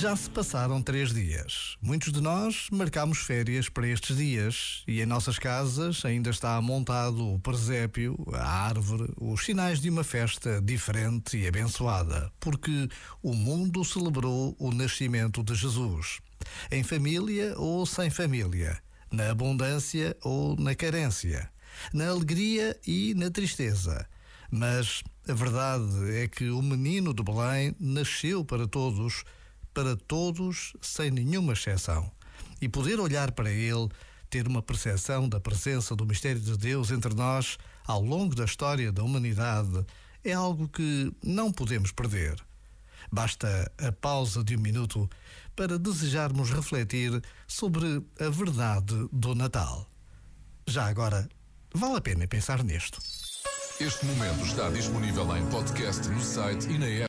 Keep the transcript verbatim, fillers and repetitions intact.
Já se passaram três dias. Muitos de nós marcámos férias para estes dias e em nossas casas ainda está montado o presépio, a árvore, os sinais de uma festa diferente e abençoada, porque o mundo celebrou o nascimento de Jesus. Em família ou sem família, na abundância ou na carência, na alegria e na tristeza. Mas a verdade é que o menino de Belém nasceu para todos, para todos sem nenhuma exceção. E poder olhar para ele, ter uma percepção da presença do mistério de Deus entre nós ao longo da história da humanidade é algo que não podemos perder. Basta a pausa de um minuto para desejarmos refletir sobre a verdade do Natal. Já agora, vale a pena pensar nisto. Este momento está disponível em podcast no site e na app.